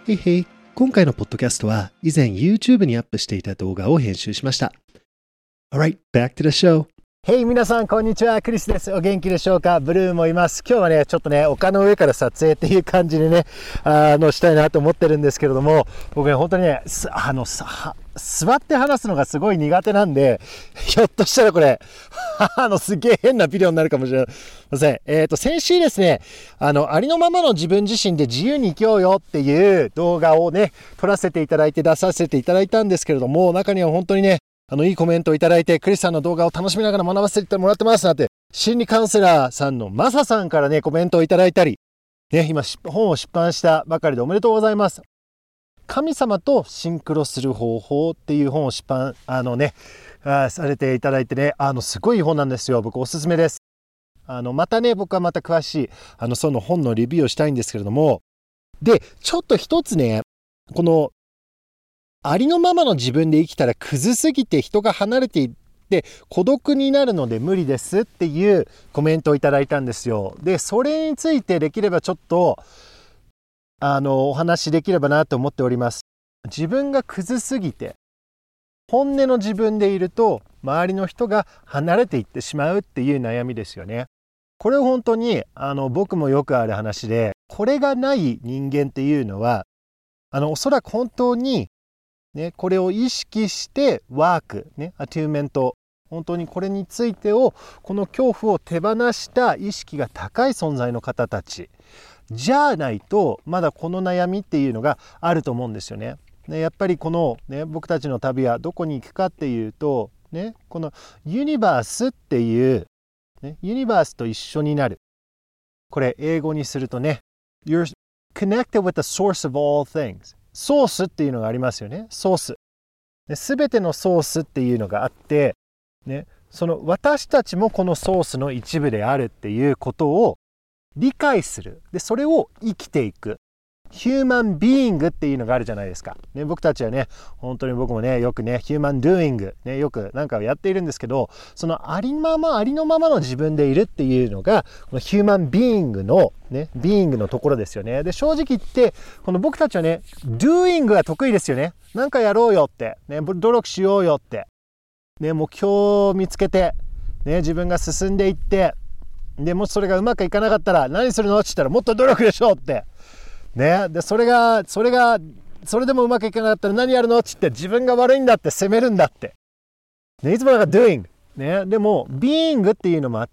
へいへい。今回のポッドキャストは以前 YouTube にアップしていた動画を編集しました。Alright, back to the show. Hey 皆さんこんにちは、クリスです。お元気でしょうか？ブルーもいます。今日はねちょっとね丘の上から撮影っていう感じでねしたいなと思ってるんですけれども、僕ね本当にね座って話すのがすごい苦手なんで、ひょっとしたらこれすげえ変なビデオになるかもしれません。先週ですねありのままの自分自身で自由に生きようよっていう動画をね撮らせていただいて出させていただいたんですけれども、中には本当にねいいコメントをいただいて、クリスさんの動画を楽しみながら学ばせてもらってますなんて、心理カウンセラーさんのマサさんからね、コメントをいただいたり、ね、今本を出版したばかりでおめでとうございます。神様とシンクロする方法っていう本を出版、されていただいてね、すごいいい本なんですよ。僕おすすめです。またね、僕はまた詳しい、その本のレビューをしたいんですけれども、で、ちょっと一つね、この、ありのままの自分で生きたらクズすぎて人が離れていって孤独になるので無理ですっていうコメントをいただいたんですよ。で、それについてできればちょっとお話しできればなと思っております。自分がクズすぎて本音の自分でいると周りの人が離れていってしまうっていう悩みですよね。これ本当に僕もよくある話で、これがない人間っていうのはおそらく本当にね、これを意識してワーク、ね、アテューメント、本当にこれについてをこの恐怖を手放した意識が高い存在の方たちじゃないとまだこの悩みっていうのがあると思うんですよね。やっぱりこの、ね、僕たちの旅はどこに行くかっていうと、ね、このユニバースっていう、ね、ユニバースと一緒になる。これ英語にするとね You're connected with the source of all things。ソースっていうのがありますよね。ソース。すべてのソースっていうのがあって、ね、その私たちもこのソースの一部であるっていうことを理解する。で、それを生きていく。ヒューマンビーイングっていうのがあるじゃないですか。ね、僕たちはね、本当に僕もね、よくね、ヒューマンドゥーイング、ね、よくなんかをやっているんですけど、そのありのままの自分でいるっていうのが、このヒューマンビーイングの、ね、ビーイングのところですよね。で、正直言って、この僕たちはね、ドゥーイングが得意ですよね。なんかやろうよって、ね、努力しようよって、ね、目標を見つけて、ね、自分が進んでいって、で、もしそれがうまくいかなかったら、何するのって言ったら、もっと努力でしょって。ね、でそれでもうまくいかなかったら何やるのって言って自分が悪いんだって責めるんだって、ね、いつもなんか doing、ね、でも being っていうのもあって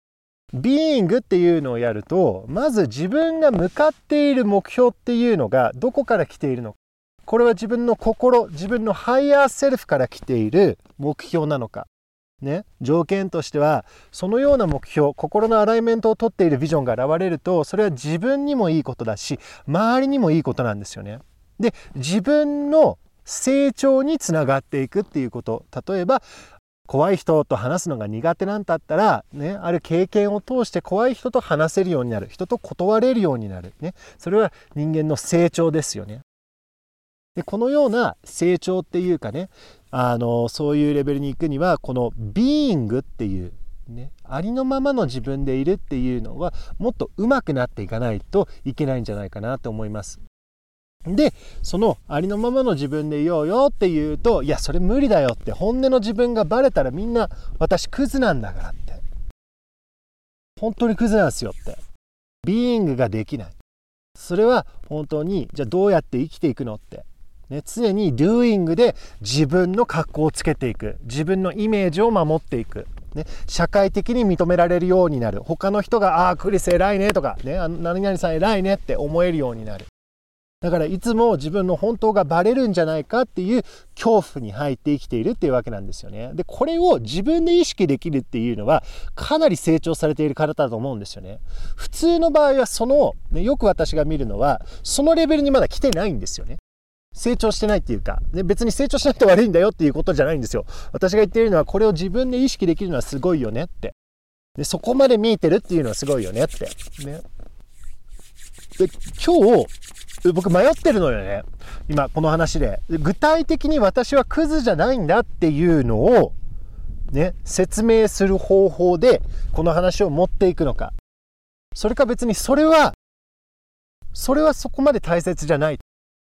being っていうのをやるとまず自分が向かっている目標っていうのがどこから来ているのか、これは自分の心、自分のハイヤーセルフから来ている目標なのか、ね、条件としてはそのような目標、心のアライメントを取っているビジョンが現れるとそれは自分にもいいことだし周りにもいいことなんですよね。で、自分の成長につながっていくっていうこと、例えば怖い人と話すのが苦手なんだったら、ね、ある経験を通して怖い人と話せるようになる、人と断れるようになる、ね、それは人間の成長ですよね。で、このような成長っていうかね、そういうレベルに行くにはこのビーイングっていう、ね、ありのままの自分でいるっていうのはもっと上手くなっていかないといけないんじゃないかなと思います。で、そのありのままの自分でいようよっていうと、いやそれ無理だよって、本音の自分がバレたらみんな私クズなんだからって、本当にクズなんですよって、ビーイングができない、それは本当にじゃあどうやって生きていくのって、ね、常に doing で自分の格好をつけていく、自分のイメージを守っていく、ね、社会的に認められるようになる、他の人がクリス偉いねとか、ね、何々さん偉いねって思えるようになる。だからいつも自分の本当がバレるんじゃないかっていう恐怖に入って生きているっていうわけなんですよね。で、これを自分で意識できるっていうのはかなり成長されている方だと思うんですよね。普通の場合はよく私が見るのはそのレベルにまだ来てないんですよね。成長してないっていうか、別に成長しないと悪いんだよっていうことじゃないんですよ。私が言っているのはこれを自分で意識できるのはすごいよねって。で、そこまで見えてるっていうのはすごいよねって。ね。で、今日僕迷ってるのよね。今この話で。具体的に私はクズじゃないんだっていうのをね、説明する方法でこの話を持っていくのか。それか別にそれはそこまで大切じゃない。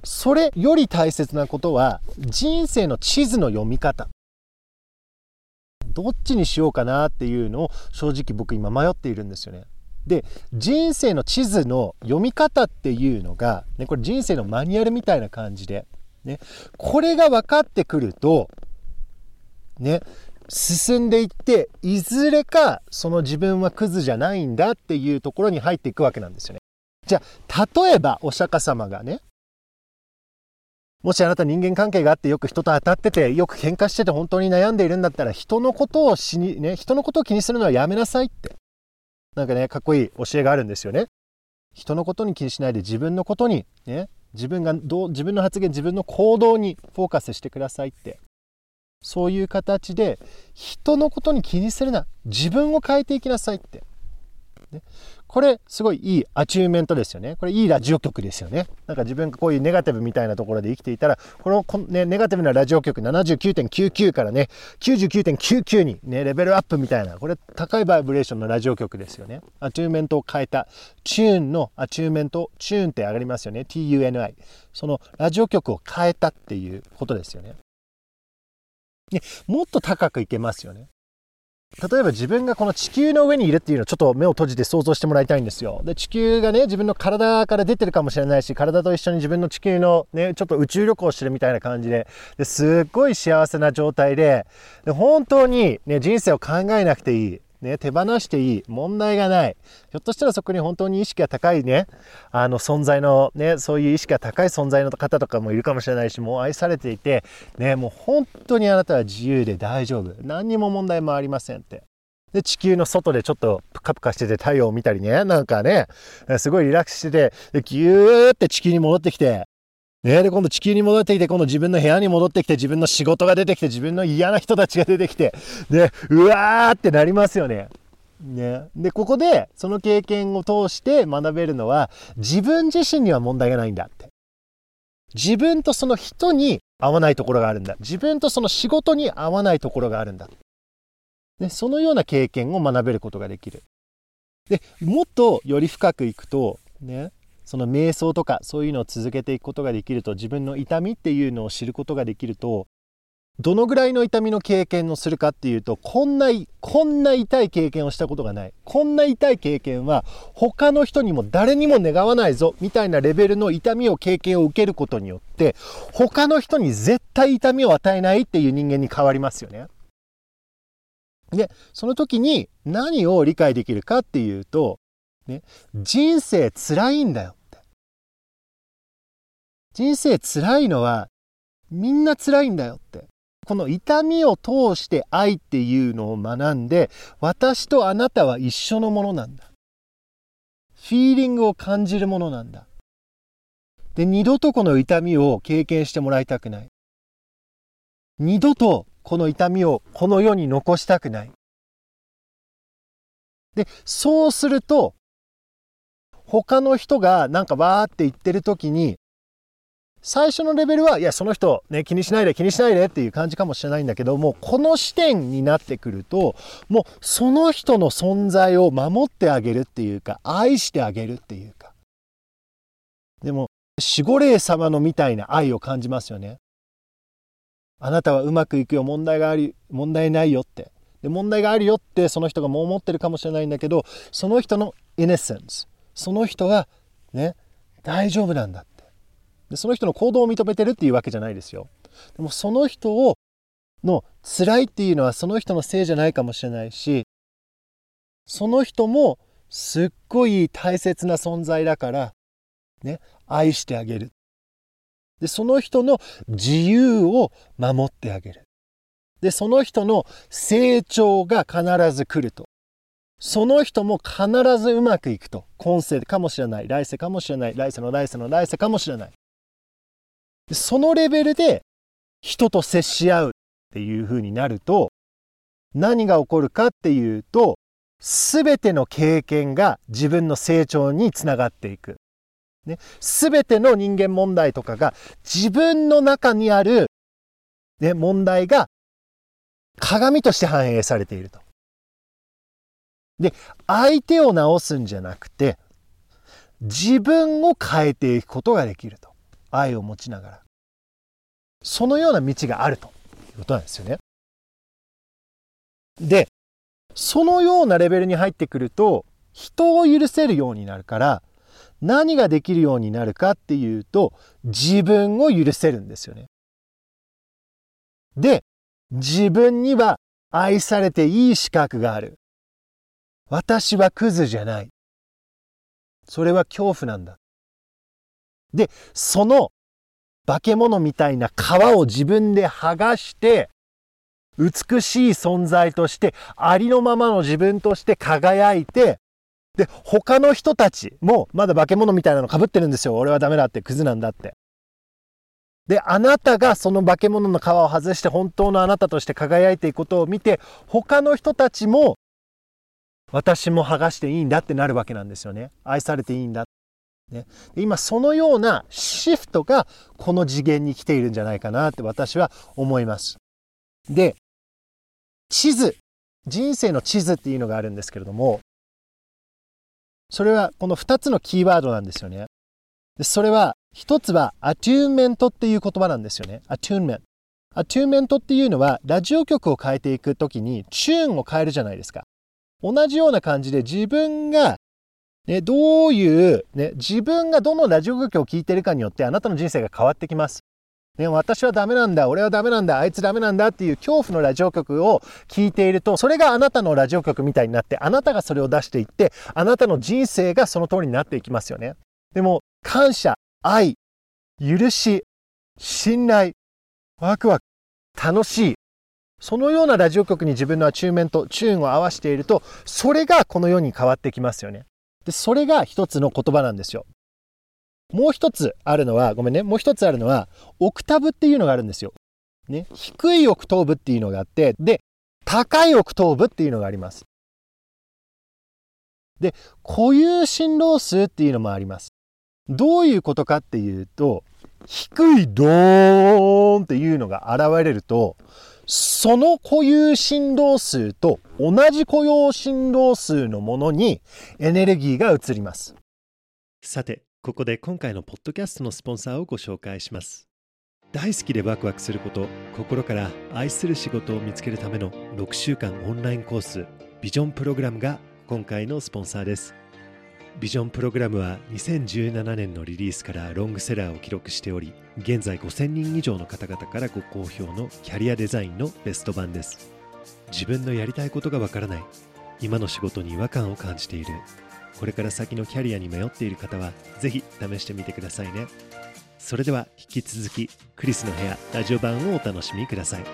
それより大切なことは人生の地図の読み方。どっちにしようかなっていうのを正直僕今迷っているんですよね。で、人生の地図の読み方っていうのが、ね、これ人生のマニュアルみたいな感じで、ね、これが分かってくると、ね、進んでいって、いずれかその自分はクズじゃないんだっていうところに入っていくわけなんですよね。じゃあ、例えばお釈迦様がね、もしあなた人間関係があってよく人と当たっててよく喧嘩してて本当に悩んでいるんだったら人のことを気にするのはやめなさいってなんかねかっこいい教えがあるんですよね。人のことに気にしないで自分のことにね自分の発言自分の行動にフォーカスしてくださいってそういう形で人のことに気にするな自分を変えていきなさいって、ね、これすごいいいアチューメントですよね。これいいラジオ局ですよね。なんか自分がこういうネガティブみたいなところで生きていたらネガティブなラジオ局 79.99 からね 99.99 にねレベルアップみたいなこれ高いバイブレーションのラジオ局ですよね。アチューメントを変えたチューンのアチューメントチューンって上がりますよね。 TUNI そのラジオ局を変えたっていうことですよね。もっと高くいけますよね。例えば自分がこの地球の上にいるっていうのをちょっと目を閉じて想像してもらいたいんですよ。で、地球がね、自分の体から出てるかもしれないし、体と一緒に自分の地球のね、ちょっと宇宙旅行してるみたいな感じですっごい幸せな状態で、本当にね、人生を考えなくていい。ね、手放していい。問題がない。ひょっとしたらそこに本当に意識が高いね、存在のね、そういう意識が高い存在の方とかもいるかもしれないし、もう愛されていて、ね、もう本当にあなたは自由で大丈夫。何にも問題もありませんって。で、地球の外でちょっとプカプカしてて太陽を見たりね、なんかね、すごいリラックスしてて、でギューって地球に戻ってきて、ね、で今度地球に戻ってきて今度自分の部屋に戻ってきて自分の仕事が出てきて自分の嫌な人たちが出てきてでうわーってなりますよね。ね、でここでその経験を通して学べるのは自分自身には問題がないんだって。自分とその人に合わないところがあるんだ。自分とその仕事に合わないところがあるんだ。でそのような経験を学べることができる。でもっとより深くいくとねその瞑想とかそういうのを続けていくことができると自分の痛みっていうのを知ることができるとどのぐらいの痛みの経験をするかっていうとこんな痛い経験をしたことがないこんな痛い経験は他の人にも誰にも願わないぞみたいなレベルの痛みを経験を受けることによって他の人に絶対痛みを与えないっていう人間に変わりますよね。でその時に何を理解できるかっていうとね、人生辛いんだよって。人生辛いのはみんな辛いんだよって。この痛みを通して愛っていうのを学んで私とあなたは一緒のものなんだ。フィーリングを感じるものなんだ。で、二度とこの痛みを経験してもらいたくない。二度とこの痛みをこの世に残したくない。で、そうすると他の人がなんかわーって言ってる時に最初のレベルはいやその人ね気にしないでっていう感じかもしれないんだけどもこの視点になってくるともうその人の存在を守ってあげるっていうか愛してあげるっていうかでも守護霊様のみたいな愛を感じますよね。あなたはうまくいくよ問題ないよってで問題があるよってその人がもう思ってるかもしれないんだけどその人のイネッセンスその人はね大丈夫なんだってでその人の行動を認めてるっていうわけじゃないですよ。でもその人の辛いっていうのはその人のせいじゃないかもしれないしその人もすっごい大切な存在だからね愛してあげるでその人の自由を守ってあげるでその人の成長が必ず来るとその人も必ずうまくいくと今世かもしれない来世かもしれない来世の来世の来世かもしれないそのレベルで人と接し合うっていう風になると何が起こるかっていうと全ての経験が自分の成長につながっていく、ね、全ての人間問題とかが自分の中にある、ね、問題が鏡として反映されていると。で、相手を治すんじゃなくて、自分を変えていくことができると。 愛を持ちながら。そのような道があるということなんですよね。で、そのようなレベルに入ってくると、人を許せるようになるから、何ができるようになるかっていうと、自分を許せるんですよね。で、自分には愛されていい資格がある。私はクズじゃない。それは恐怖なんだ。で、その化け物みたいな皮を自分で剥がして、美しい存在として、ありのままの自分として輝いて、で、他の人たちもまだ化け物みたいなの被ってるんですよ。俺はダメだって、クズなんだって。で、あなたがその化け物の皮を外して本当のあなたとして輝いていくことを見て、他の人たちも私も剥がしていいんだってなるわけなんですよね。愛されていいんだ。ね、今そのようなシフトがこの次元に来ているんじゃないかなって私は思います。で、地図、人生の地図っていうのがあるんですけれども、それはこの2つのキーワードなんですよね。で、それは一つはアチューンメントっていう言葉なんですよね。アチューンメント。アチューンメントっていうのはラジオ局を変えていくときにチューンを変えるじゃないですか。同じような感じで自分がどういう、自分がどのラジオ局を聞いているかによってあなたの人生が変わってきます。私はダメなんだ、俺はダメなんだ、あいつダメなんだっていう恐怖のラジオ局を聞いていると、それがあなたのラジオ局みたいになって、あなたがそれを出していって、あなたの人生がその通りになっていきますよね。でも、感謝、愛、許し、信頼、ワクワク、楽しい。そのようなラジオ局に自分のアチューメント、チューンを合わせていると、それがこの世に変わってきますよね。で、それが一つの言葉なんですよ。もう一つあるのは、オクタブっていうのがあるんですよ。ね。低いオクトーブっていうのがあって、で、高いオクトーブっていうのがあります。で、固有振動数っていうのもあります。どういうことかっていうと、低いドーンっていうのが現れると、その固有振動数と同じ固有振動数のものにエネルギーが移ります。 さて、ここで今回のポッドキャストのスポンサーをご紹介します。大好きでワクワクすること、心から愛する仕事を見つけるための6週間オンラインコース、ビジョンプログラムが今回のスポンサーです。ビジョンプログラムは2017年のリリースからロングセラーを記録しており、現在5000人以上の方々からご好評のキャリアデザインのベスト版です。自分のやりたいことがわからない、今の仕事に違和感を感じている、これから先のキャリアに迷っている方はぜひ試してみてくださいね。それでは引き続きクリスの部屋ラジオ版をお楽しみください。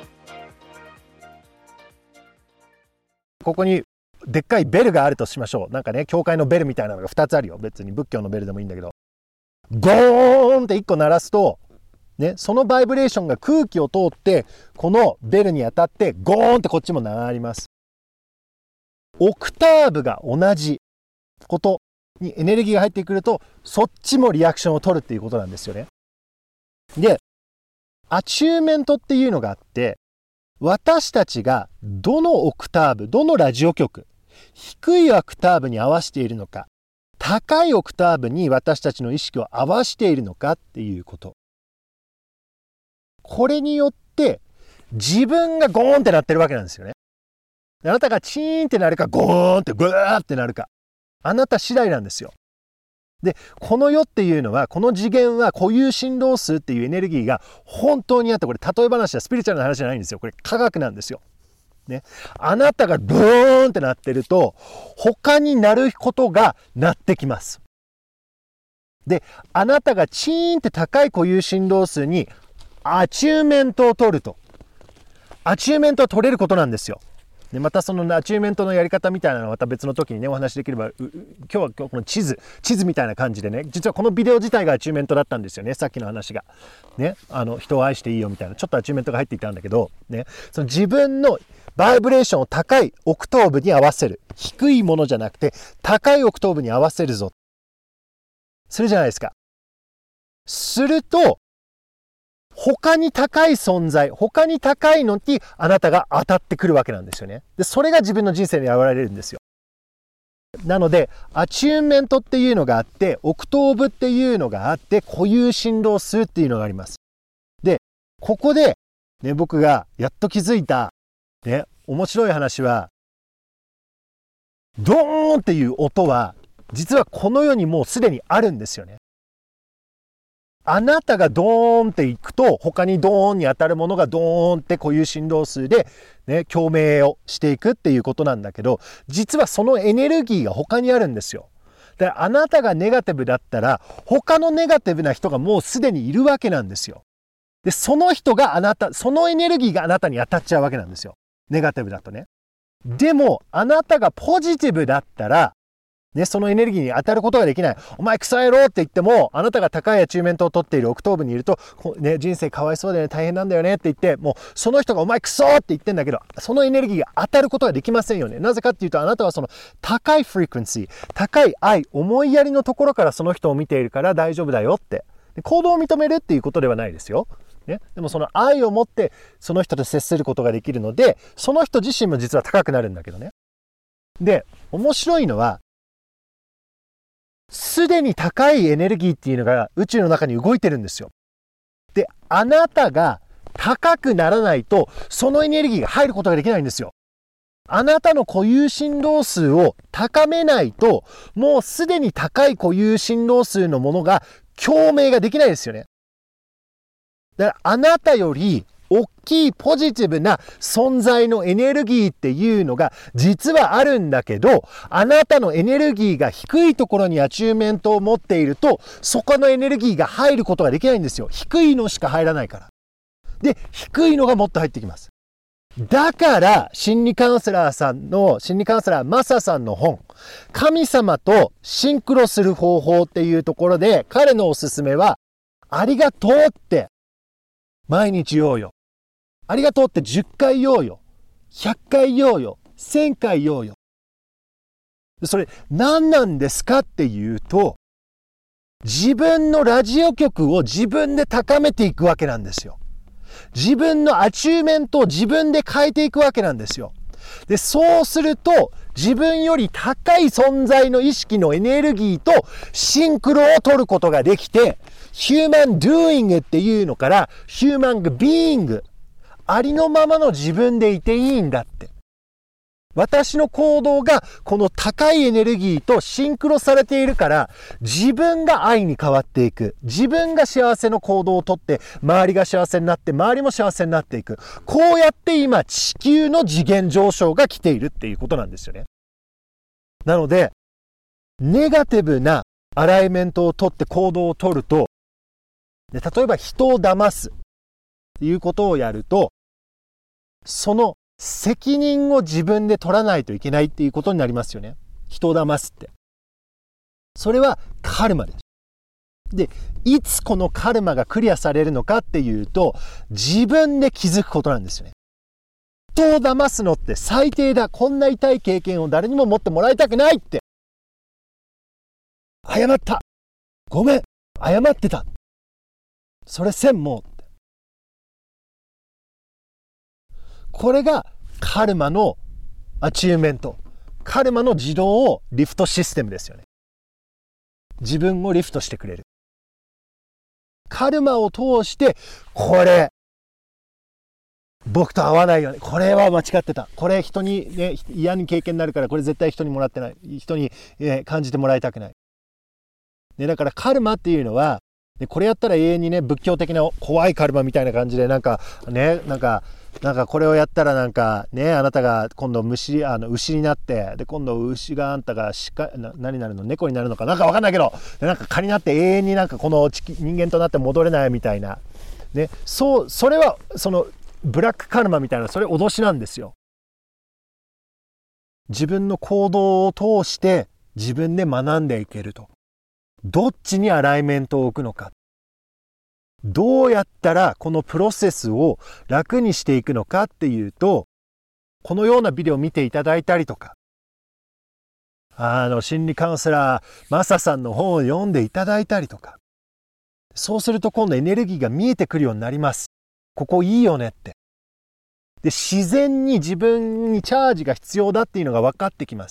ここにでっかいベルがあるとしましょう。なんかね、教会のベルみたいなのが2つあるよ。別に仏教のベルでもいいんだけど、ゴーンって1個鳴らすと、ね、そのバイブレーションが空気を通ってこのベルに当たってゴーンってこっちも鳴ります。オクターブが同じことにエネルギーが入ってくると、そっちもリアクションを取るっていうことなんですよね。で、アチューメントっていうのがあって、私たちがどのオクターブ、どのラジオ局、低いオクターブに合わせているのか、高いオクターブに私たちの意識を合わせているのかっていうこと。これによって自分がゴーンってなってるわけなんですよね。あなたがチーンってなるか、ゴーンってグーってなるか、あなた次第なんですよ。で、この世っていうのは、この次元は固有振動数っていうエネルギーが本当にあって、これ例え話はスピリチュアルな話じゃないんですよ。これ科学なんですよ。ね。あなたがブーンってなってると、他になることがなってきます。で、あなたがチーンって高い固有振動数にアチューメントを取ると。アチューメントは取れることなんですよ。で、またそのアチューメントのやり方みたいなのはまた別の時にね、お話しできれば、今日はこの地図みたいな感じでね、実はこのビデオ自体がアチューメントだったんですよね、さっきの話が。ね、人を愛していいよみたいな、ちょっとアチューメントが入っていたんだけど、ね、その自分のバイブレーションを高いオクトーブに合わせる。低いものじゃなくて、高いオクトーブに合わせるぞ。するじゃないですか。すると、他に高い存在、他に高いのにあなたが当たってくるわけなんですよね。で、それが自分の人生に現れるんですよ。 なので、アチューメントっていうのがあって、オクトーブっていうのがあって、固有振動数っていうのがあります。で、ここで、ね、僕がやっと気づいた、ね、面白い話は、ドーンっていう音は、実はこの世にもうすでにあるんですよね。あなたがドーンっていくと、他にドーンに当たるものがドーンって固有振動数で、ね、共鳴をしていくっていうことなんだけど、実はそのエネルギーが他にあるんですよ。だからあなたがネガティブだったら、他のネガティブな人がもうすでにいるわけなんですよ。で、その人がそのエネルギーがあなたに当たっちゃうわけなんですよ。ネガティブだとね。でも、あなたがポジティブだったら、ね、そのエネルギーに当たることができない。お前クソ野郎って言っても、あなたが高いアチューメントを取っているオクトーブにいると、ね、人生かわいそうだよね、大変なんだよねって言って、もうその人がお前クソって言ってんだけど、そのエネルギーが当たることができませんよね。なぜかっていうと、あなたはその高いフリクエンシー、高い愛、思いやりのところからその人を見ているから大丈夫だよって。行動を認めるっていうことではないですよ。ね、でもその愛を持ってその人と接することができるので、その人自身も実は高くなるんだけどね。で、面白いのは、すでに高いエネルギーっていうのが宇宙の中に動いてるんですよ。で、あなたが高くならないと、そのエネルギーが入ることができないんですよ。あなたの固有振動数を高めないと、もうすでに高い固有振動数のものが共鳴ができないですよね。だからあなたより大きいポジティブな存在のエネルギーっていうのが実はあるんだけど、あなたのエネルギーが低いところにアチューメントを持っていると、そこのエネルギーが入ることができないんですよ。低いのしか入らないから。で、低いのがもっと入ってきます。だから、心理カウンセラーマサさんの本、神様とシンクロする方法っていうところで、彼のおすすめは、ありがとうって毎日言おうよ。ありがとうって10回言おうよ。100回言おうよ。1000回言おうよ。それ何なんですかっていうと、自分のラジオ局を自分で高めていくわけなんですよ。自分のアチューメントを自分で変えていくわけなんですよ。で、そうすると、自分より高い存在の意識のエネルギーとシンクロを取ることができて、ヒューマンドゥーイングっていうのから、ヒューマンビーイング、ありのままの自分でいていいんだって。私の行動がこの高いエネルギーとシンクロされているから、自分が愛に変わっていく。自分が幸せの行動をとって、周りが幸せになって、周りも幸せになっていく。こうやって今、地球の次元上昇が来ているっていうことなんですよね。なので、ネガティブなアライメントをとって行動をとると、例えば人を騙すっていうことをやると、その責任を自分で取らないといけないっていうことになりますよね。人を騙すって。それはカルマです。で、いつこのカルマがクリアされるのかっていうと、自分で気づくことなんですよね。人を騙すのって最低だ。こんな痛い経験を誰にも持ってもらいたくないって。謝った。ごめん。謝ってた。それせんもう。これがカルマのアチューメント。カルマの自動リフトシステムですよね。自分をリフトしてくれる。カルマを通して、これ、僕と合わないよね。これは間違ってた。これ人にね、嫌に経験になるから、これ絶対人にもらってない。人に、感じてもらいたくない。ね、だからカルマっていうのは、これやったら永遠にね、仏教的な怖いカルマみたいな感じで、なんかこれをやったらなんかね、あなたが今度牛になって、で今度牛があんたが何になるの、猫になるのかなんかわかんないけど、でなんか蚊になって永遠になんかこの人間となって戻れないみたいなね、それはそのブラックカルマみたいな、それ脅しなんですよ。自分の行動を通して自分で学んでいけると。どっちにアライメントを置くのか。どうやったらこのプロセスを楽にしていくのかっていうと、このようなビデオを見ていただいたりとか、心理カウンセラーマサさんの本を読んでいただいたりとか、そうすると今度エネルギーが見えてくるようになります。ここいいよねって。で、自然に自分にチャージが必要だっていうのが分かってきます。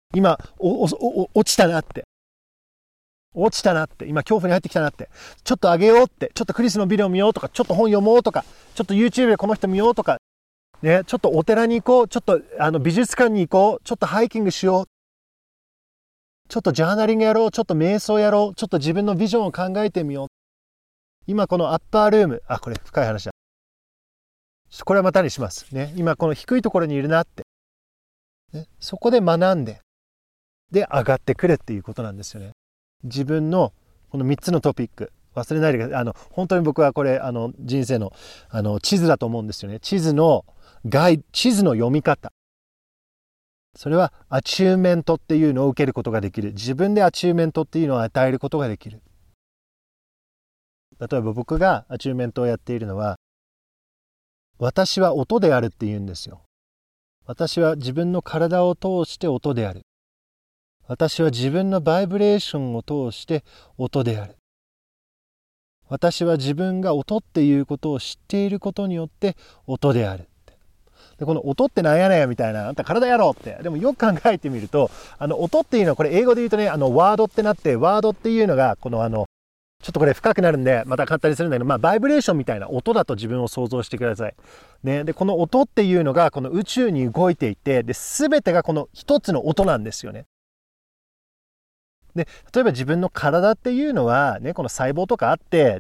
今落ちたなって。落ちたなって。今恐怖に入ってきたなって。ちょっと上げようって。ちょっとクリスのビデオ見ようとか、ちょっと本読もうとか、ちょっと YouTube でこの人見ようとか、ね、ちょっとお寺に行こう。ちょっと美術館に行こう。ちょっとハイキングしよう。ちょっとジャーナリングやろう。ちょっと瞑想やろう。ちょっと自分のビジョンを考えてみよう。今このアッパールーム。これ深い話だ。これはまたにします。ね。今この低いところにいるなって。ね、そこで学んで、で上がってくるっていうことなんですよね。自分のこの3つのトピック忘れないでください。本当に僕はこれ人生の地図だと思うんですよね。地図の読み方。それはアチューメントっていうのを受けることができる。自分でアチューメントっていうのを与えることができる。例えば僕がアチューメントをやっているのは、私は音であるって言うんですよ。私は自分の体を通して音である。私は自分のバイブレーションを通して音である。私は自分が音っていうことを知っていることによって音である。でこの音ってなんやねんみたいな、あんた体やろうって。でもよく考えてみると、音っていうのはこれ英語で言うとね、ワードってなって、ワードっていうのがこのちょっとこれ深くなるんでまた簡単にするんだけど、バイブレーションみたいな音だと自分を想像してください。ね、でこの音っていうのがこの宇宙に動いていて、で全てがこの一つの音なんですよね。で例えば自分の体っていうのはね、この細胞とかあって、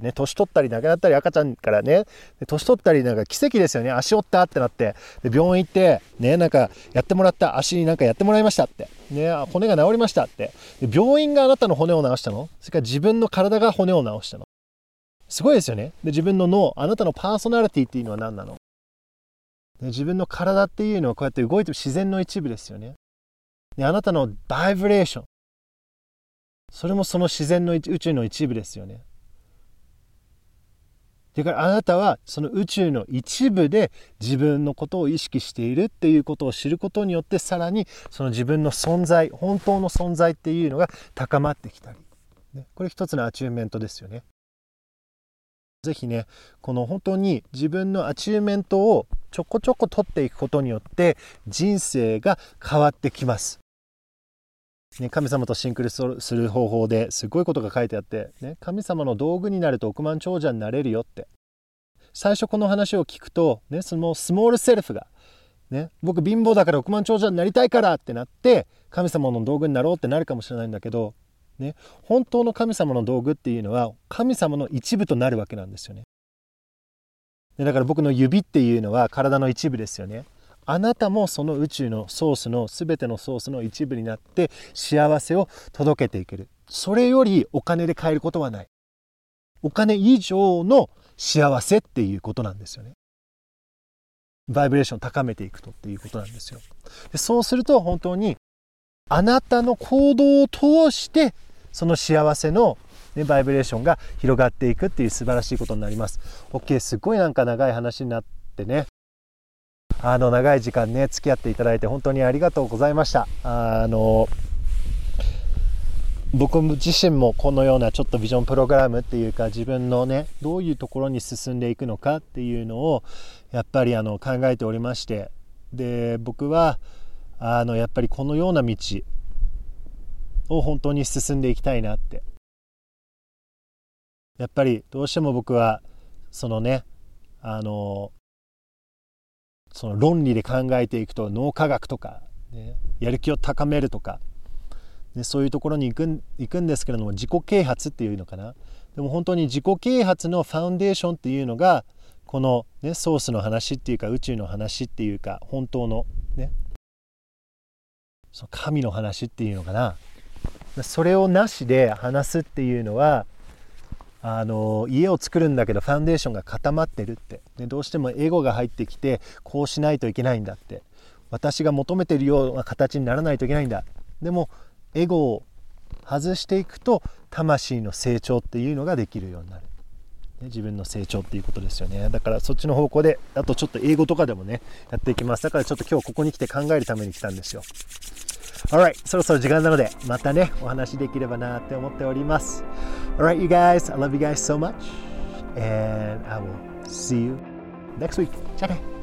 ね、年取ったり亡くなったり、赤ちゃんからね年取ったり、なんか奇跡ですよね。足折ったってなって、で病院行ってね、なんかやってもらった、足になんかやってもらいましたってね、骨が治りましたって。で病院があなたの骨を治したの？それから自分の体が骨を治したの？すごいですよね。で自分の脳、あなたのパーソナリティっていうのは何なの？で自分の体っていうのはこうやって動いてる自然の一部ですよね。であなたのバイブレーション、それもその自然の宇宙の一部ですよね。だからあなたはその宇宙の一部で自分のことを意識しているっていうことを知ることによって、さらにその自分の存在、本当の存在っていうのが高まってきたり、ね、これ一つのアチューメントですよね。ぜひね、この本当に自分のアチューメントをちょこちょこ取っていくことによって人生が変わってきます。ね、神様とシンクロする方法ですごいことが書いてあって、ね、神様の道具になると億万長者になれるよって。最初この話を聞くと、ね、そのスモールセルフが、ね、僕貧乏だから億万長者になりたいからってなって神様の道具になろうってなるかもしれないんだけど、ね、本当の神様の道具っていうのは神様の一部となるわけなんですよね。でだから僕の指っていうのは体の一部ですよね。あなたもその宇宙のソースの全てのソースの一部になって幸せを届けていける。それよりお金で買えることはない。お金以上の幸せっていうことなんですよね。バイブレーションを高めていくとっていうことなんですよ。でそうすると本当にあなたの行動を通してその幸せの、ね、バイブレーションが広がっていくっていう素晴らしいことになります。 OK、 すごいなんか長い話になってね、長い時間ね付き合っていただいて本当にありがとうございました。僕自身もこのようなちょっとビジョンプログラムっていうか、自分のねどういうところに進んでいくのかっていうのをやっぱり考えておりまして、で僕はやっぱりこのような道を本当に進んでいきたいなって。やっぱりどうしても僕はそのねその論理で考えていくと脳科学とか、ね、やる気を高めるとか、ね、そういうところに行くんですけれども、自己啓発っていうのかな。でも本当に自己啓発のファウンデーションっていうのがこの、ね、ソースの話っていうか宇宙の話っていうか本当のねその神の話っていうのかな。それをなしで話すっていうのは家を作るんだけどファウンデーションが固まってるって、ね、どうしてもエゴが入ってきてこうしないといけないんだって、私が求めているような形にならないといけないんだ。でもエゴを外していくと魂の成長っていうのができるようになる、ね、自分の成長っていうことですよね。だからそっちの方向で、あとちょっと英語とかでもねやっていきます。だからちょっと今日ここに来て考えるために来たんですよ。Alright、 そろそろ時間なのでまたねお話できればなって思っております。Alright, you guys, I love you guys so much and I will see you next week. じゃあね。